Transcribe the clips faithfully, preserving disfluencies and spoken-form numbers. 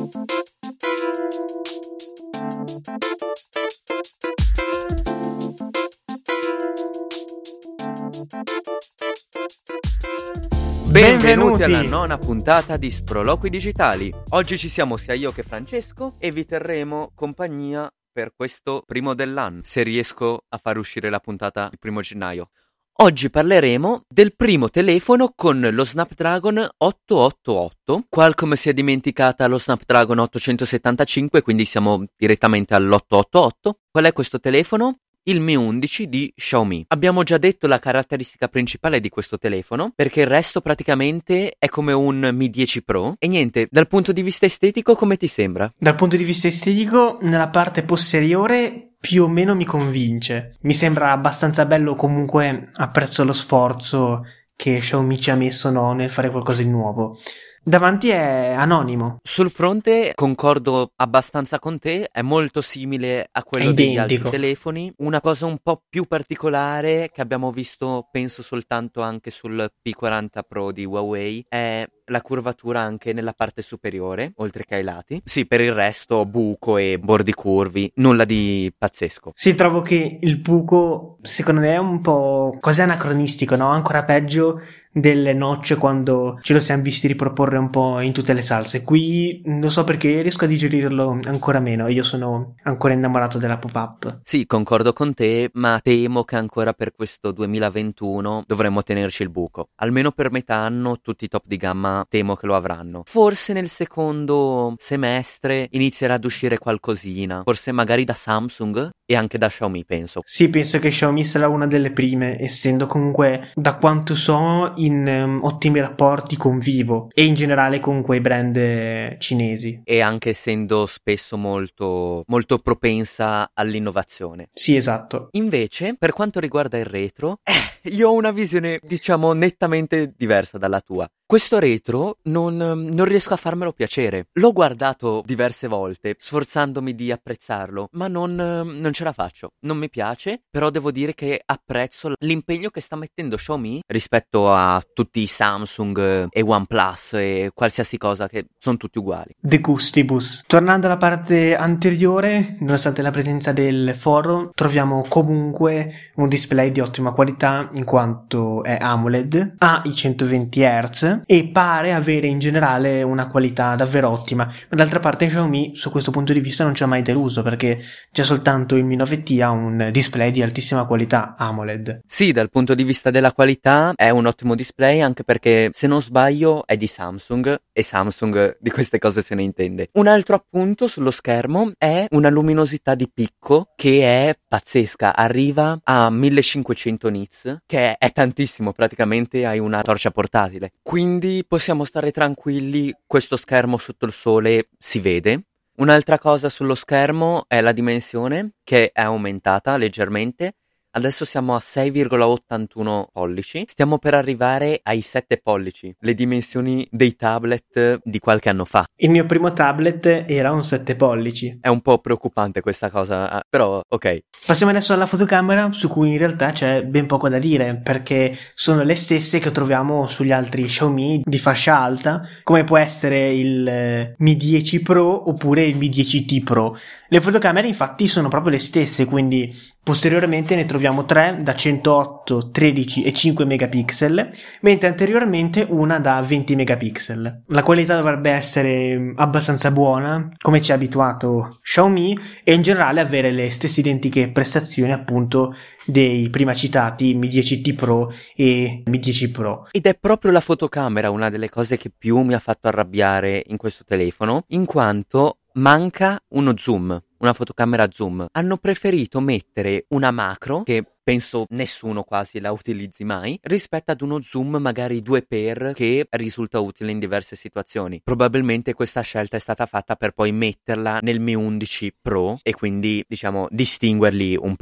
Benvenuti alla nona puntata di Sproloqui Digitali. Oggi ci siamo sia io che Francesco e vi terremo compagnia per questo primo dell'anno, se riesco a far uscire la puntata il primo gennaio. Oggi parleremo del primo telefono con lo Snapdragon ottocentottantotto. Qualcomm si è dimenticata lo Snapdragon ottocentosettantacinque, quindi siamo direttamente all'ottocentottantotto. Qual è questo telefono? Il Mi undici di Xiaomi. Abbiamo già detto la caratteristica principale di questo telefono, perché il resto praticamente è come un Mi dieci Pro. E niente, dal punto di vista estetico come ti sembra? Dal punto di vista estetico, nella parte posteriore più o meno mi convince. Mi sembra abbastanza bello, comunque apprezzo lo sforzo che Xiaomi ci ha messo, no, nel fare qualcosa di nuovo. Davanti è anonimo. Sul fronte concordo abbastanza con te, è molto simile a quello degli altri telefoni. Una cosa un po' più particolare che abbiamo visto, penso soltanto anche sul P quaranta Pro di Huawei, è la curvatura anche nella parte superiore, oltre che ai lati. Sì, per il resto buco e bordi curvi, nulla di pazzesco. Sì, trovo che il buco, secondo me, è un po' quasi anacronistico, no? Ancora peggio delle notch quando ce lo siamo visti riproporre un po' in tutte le salse. Qui non so perché riesco a digerirlo ancora meno, io sono ancora innamorato della pop-up. Sì, concordo con te, ma temo che ancora per questo duemilaventuno dovremmo tenerci il buco. Almeno per metà anno tutti i top di gamma temo che lo avranno. Forse nel secondo semestre inizierà ad uscire qualcosina, forse magari da Samsung e anche da Xiaomi, penso. Sì, penso che Xiaomi sarà una delle prime, essendo comunque, da quanto so, in um, ottimi rapporti con Vivo e in generale con quei brand eh, cinesi. E anche essendo spesso molto, molto propensa all'innovazione. Sì, esatto. Invece, per quanto riguarda il retro, eh, io ho una visione, diciamo, nettamente diversa dalla tua. Questo retro non, non riesco a farmelo piacere. L'ho guardato diverse volte, sforzandomi di apprezzarlo, ma non, non ce la faccio. Non mi piace, però devo dire che apprezzo l'impegno che sta mettendo Xiaomi rispetto a tutti i Samsung e OnePlus e qualsiasi cosa, che sono tutti uguali. De gustibus. Tornando alla parte anteriore, nonostante la presenza del foro, troviamo comunque un display di ottima qualità in quanto è AMOLED, ha i centoventi hertz e pare avere in generale una qualità davvero ottima. Ma d'altra parte Xiaomi su questo punto di vista non ci ha mai deluso, perché già soltanto il Mi nove T ha un display di altissima qualità AMOLED. Sì, dal punto di vista della qualità è un ottimo display, anche perché se non sbaglio è di Samsung e Samsung di queste cose se ne intende. Un altro appunto sullo schermo è una luminosità di picco che è pazzesca, arriva a millecinquecento nits, che è tantissimo, praticamente hai una torcia portatile. Quindi possiamo stare tranquilli, questo schermo sotto il sole si vede. Un'altra cosa sullo schermo è la dimensione, che è aumentata leggermente. Adesso siamo a sei virgola ottantuno pollici, stiamo per arrivare ai sette pollici, le dimensioni dei tablet di qualche anno fa. Il mio primo tablet era un sette pollici. È un po' preoccupante questa cosa, però ok. Passiamo adesso alla fotocamera, su cui in realtà c'è ben poco da dire, perché sono le stesse che troviamo sugli altri Xiaomi di fascia alta, come può essere il Mi dieci Pro oppure il Mi dieci T Pro. Le fotocamere infatti sono proprio le stesse, quindi posteriormente ne troviamo tre da centootto, tredici e cinque megapixel, mentre anteriormente una da venti megapixel. La qualità dovrebbe essere abbastanza buona, come ci ha abituato Xiaomi, e in generale avere le stesse identiche prestazioni appunto dei prima citati Mi dieci T Pro e Mi dieci Pro. Ed è proprio la fotocamera una delle cose che più mi ha fatto arrabbiare in questo telefono, in quanto manca uno zoom, una fotocamera zoom. Hanno preferito mettere una macro, che penso nessuno quasi la utilizzi mai, rispetto ad uno zoom magari due per, che risulta utile in diverse situazioni. Probabilmente questa scelta è stata fatta per poi metterla nel Mi undici Pro e quindi, diciamo, distinguerli un po'.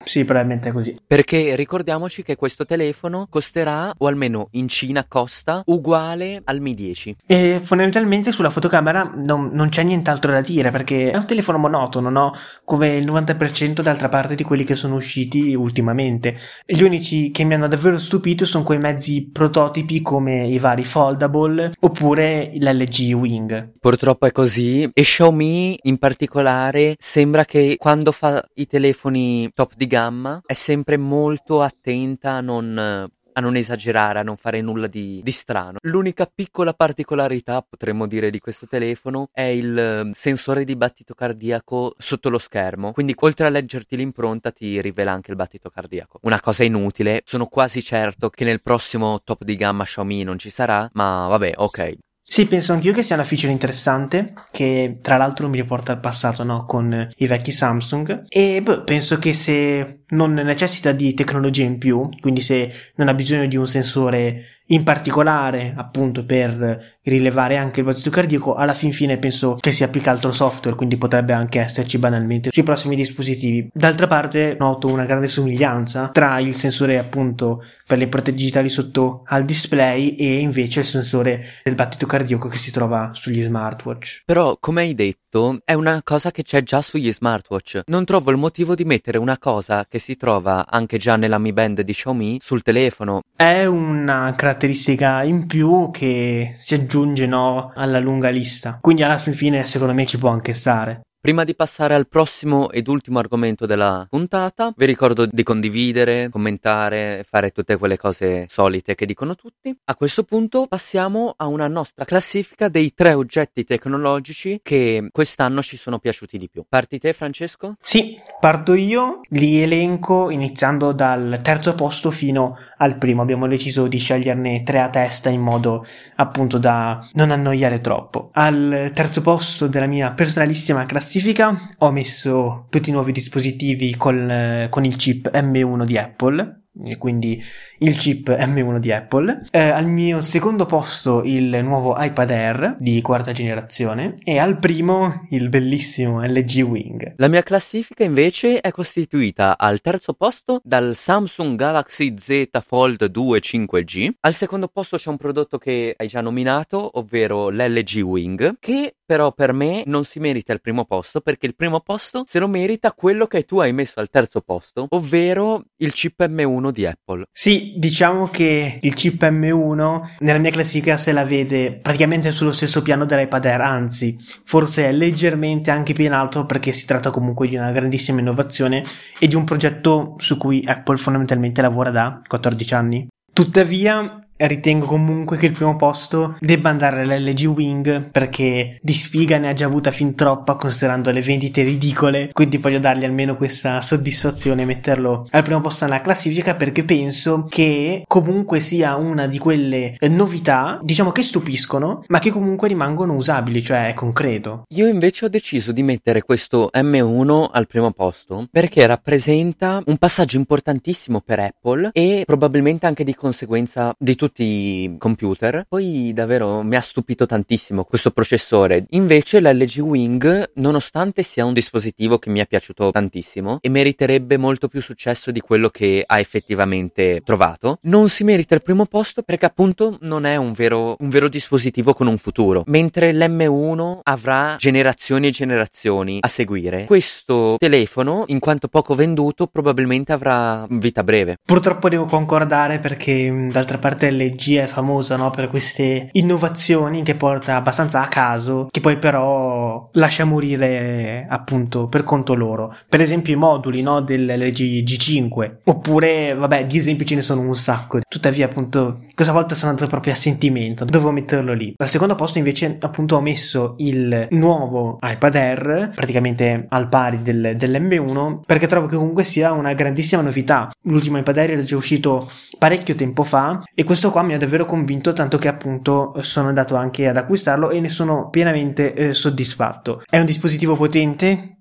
Sì, probabilmente è così. Perché ricordiamoci che questo telefono costerà, o almeno in Cina costa, uguale al Mi dieci. E fondamentalmente sulla fotocamera non, non c'è nient'altro da dire, perché è un telefono monotono, no? Come il novanta per cento d'altra parte di quelli che sono usciti ultimamente. Gli unici che mi hanno davvero stupito sono quei mezzi prototipi come i vari foldable oppure l'L G Wing. Purtroppo è così, e Xiaomi in particolare sembra che quando fa i telefoni top di gamma è sempre molto attenta a non, a non esagerare, a non fare nulla di, di strano. L'unica piccola particolarità, potremmo dire, di questo telefono è il eh, sensore di battito cardiaco sotto lo schermo, quindi oltre a leggerti l'impronta ti rivela anche il battito cardiaco. Una cosa inutile, sono quasi certo che nel prossimo top di gamma Xiaomi non ci sarà, ma vabbè, ok. Sì, penso anch'io che sia una feature interessante, che tra l'altro mi riporta al passato, no? Con i vecchi Samsung. E beh, penso che se non necessita di tecnologia in più, quindi se non ha bisogno di un sensore in particolare, appunto, per rilevare anche il battito cardiaco, alla fin fine penso che si applica altro software, quindi potrebbe anche esserci banalmente sui prossimi dispositivi. D'altra parte noto una grande somiglianza tra il sensore, appunto, per le impronte digitali sotto al display e invece il sensore del battito cardiaco che si trova sugli smartwatch. Però, come hai detto, è una cosa che c'è già sugli smartwatch. Non trovo il motivo di mettere una cosa che si trova anche già nella Mi Band di Xiaomi sul telefono. È una caratteristica in più che si aggiunge, no, alla lunga lista. Quindi alla fin fine secondo me ci può anche stare. Prima di passare al prossimo ed ultimo argomento della puntata, vi ricordo di condividere, commentare, fare tutte quelle cose solite che dicono tutti. A questo punto passiamo a una nostra classifica dei tre oggetti tecnologici che quest'anno ci sono piaciuti di più. Parti te, Francesco? Sì, parto io, li elenco iniziando dal terzo posto fino al primo. Abbiamo deciso di sceglierne tre a testa in modo appunto da non annoiare troppo. Al terzo posto della mia personalissima classifica ho messo tutti i nuovi dispositivi col, con il chip M uno di Apple, quindi il chip M uno di Apple. Eh, al mio secondo posto il nuovo iPad Air di quarta generazione e al primo il bellissimo L G Wing. La mia classifica invece è costituita al terzo posto dal Samsung Galaxy Z Fold due cinque G. Al secondo posto c'è un prodotto che hai già nominato, ovvero l'L G Wing, che però per me non si merita il primo posto, perché il primo posto se lo merita quello che tu hai messo al terzo posto, ovvero il chip M uno di Apple. Sì, diciamo che il chip M uno nella mia classifica se la vede praticamente sullo stesso piano dell'iPad Air, anzi forse è leggermente anche più in alto, perché si tratta comunque di una grandissima innovazione e di un progetto su cui Apple fondamentalmente lavora da quattordici anni. Tuttavia ritengo comunque che il primo posto debba andare all'L G Wing, perché di sfiga ne ha già avuta fin troppa considerando le vendite ridicole, quindi voglio dargli almeno questa soddisfazione e metterlo al primo posto nella classifica, perché penso che comunque sia una di quelle novità, diciamo, che stupiscono ma che comunque rimangono usabili, cioè è concreto. Io invece ho deciso di mettere questo M uno al primo posto perché rappresenta un passaggio importantissimo per Apple e probabilmente anche di conseguenza di tutti tutti i computer. Poi davvero mi ha stupito tantissimo questo processore. Invece l'L G Wing, nonostante sia un dispositivo che mi è piaciuto tantissimo e meriterebbe molto più successo di quello che ha effettivamente trovato, non si merita il primo posto perché appunto non è un vero, un vero dispositivo con un futuro, mentre l'M uno avrà generazioni e generazioni a seguire. Questo telefono, in quanto poco venduto, probabilmente avrà vita breve. Purtroppo devo concordare, perché d'altra parte L G è famosa, no, per queste innovazioni che porta abbastanza a caso, che poi però lascia morire appunto per conto loro. Per esempio i moduli, no, dell'L G G cinque, oppure vabbè, di esempi ce ne sono un sacco. Tuttavia appunto questa volta sono andato proprio a sentimento, dovevo metterlo lì. Al secondo posto invece appunto ho messo il nuovo iPad Air, praticamente al pari del, dell'M uno, perché trovo che comunque sia una grandissima novità. L'ultimo iPad Air è già uscito parecchio tempo fa e questo qua mi ha davvero convinto, tanto che appunto sono andato anche ad acquistarlo e ne sono pienamente eh, soddisfatto. È un dispositivo potente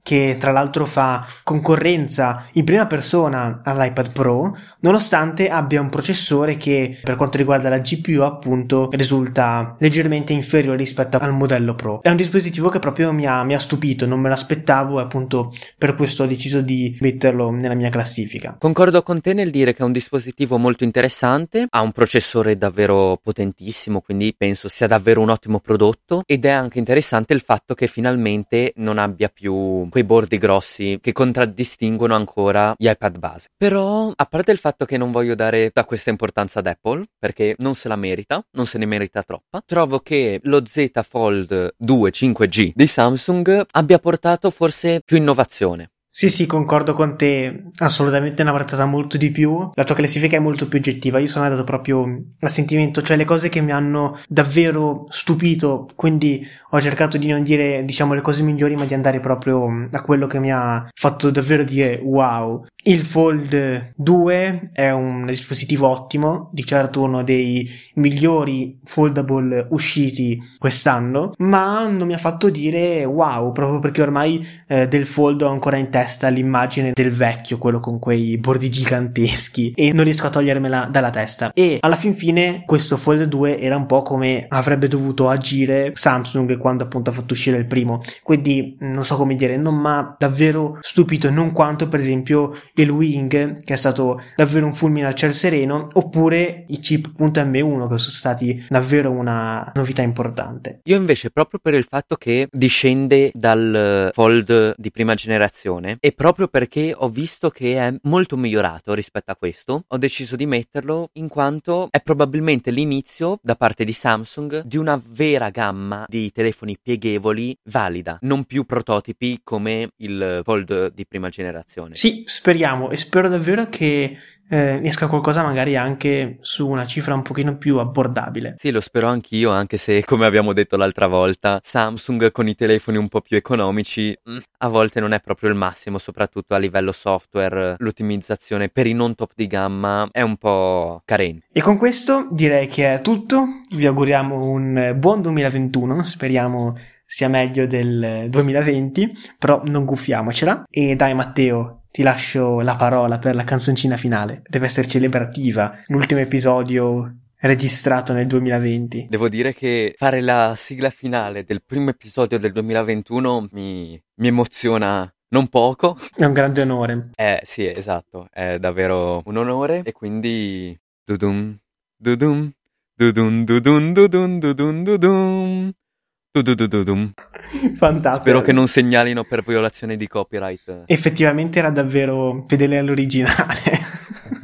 che tra l'altro fa concorrenza in prima persona all'iPad Pro, nonostante abbia un processore che per quanto riguarda la G P U appunto risulta leggermente inferiore rispetto al modello Pro. È un dispositivo che proprio mi ha, mi ha stupito, non me l'aspettavo e appunto per questo ho deciso di metterlo nella mia classifica. Concordo con te nel dire che è un dispositivo molto interessante, ha un processore davvero potentissimo, quindi penso sia davvero un ottimo prodotto, ed è anche interessante il fatto che finalmente non abbia più quei bordi grossi che contraddistinguono ancora gli iPad base. Però, a parte il fatto che non voglio dare tutta questa importanza ad Apple, perché non se la merita, non se ne merita troppa, trovo che lo Z Fold due cinque G di Samsung abbia portato forse più innovazione. Sì, sì, concordo con te, assolutamente ne avrei trattata molto di più, la tua classifica è molto più oggettiva, io sono andato proprio a sentimento, cioè le cose che mi hanno davvero stupito, quindi ho cercato di non dire, diciamo, le cose migliori, ma di andare proprio a quello che mi ha fatto davvero dire wow. Il Fold due è un dispositivo ottimo, di certo uno dei migliori foldable usciti quest'anno, ma non mi ha fatto dire wow, proprio perché ormai eh, del Fold ho ancora in testa l'immagine del vecchio, quello con quei bordi giganteschi, e non riesco a togliermela dalla testa. E alla fin fine questo Fold due era un po' come avrebbe dovuto agire Samsung quando appunto ha fatto uscire il primo, quindi non so come dire, non mi ha davvero stupito, non quanto per esempio il Wing, che è stato davvero un fulmine al ciel sereno, oppure i chip M uno, che sono stati davvero una novità importante. Io invece, proprio per il fatto che discende dal Fold di prima generazione e proprio perché ho visto che è molto migliorato rispetto a questo, ho deciso di metterlo in quanto è probabilmente l'inizio da parte di Samsung di una vera gamma di telefoni pieghevoli valida, non più prototipi come il Fold di prima generazione. Sì, speriamo, e spero davvero che eh, esca qualcosa magari anche su una cifra un pochino più abbordabile. Sì, lo spero anch'io, anche se, come abbiamo detto l'altra volta, Samsung con i telefoni un po' più economici mh, a volte non è proprio il massimo, soprattutto a livello software. L'ottimizzazione per i non top di gamma è un po' carente. E con questo direi che è tutto, vi auguriamo un buon duemilaventuno, speriamo sia meglio del duemilaventi, però non guffiamocela. E dai Matteo, ti lascio la parola per la canzoncina finale, deve essere celebrativa, l'ultimo episodio registrato nel duemilaventi. Devo dire che fare la sigla finale del primo episodio del duemilaventuno mi, mi emoziona non poco. È un grande onore. Eh sì, esatto, è davvero un onore e quindi dudum dudum dudum dudum dudum dudum dudum dudum. Fantastico. Spero che non segnalino per violazione di copyright. Effettivamente era davvero fedele all'originale.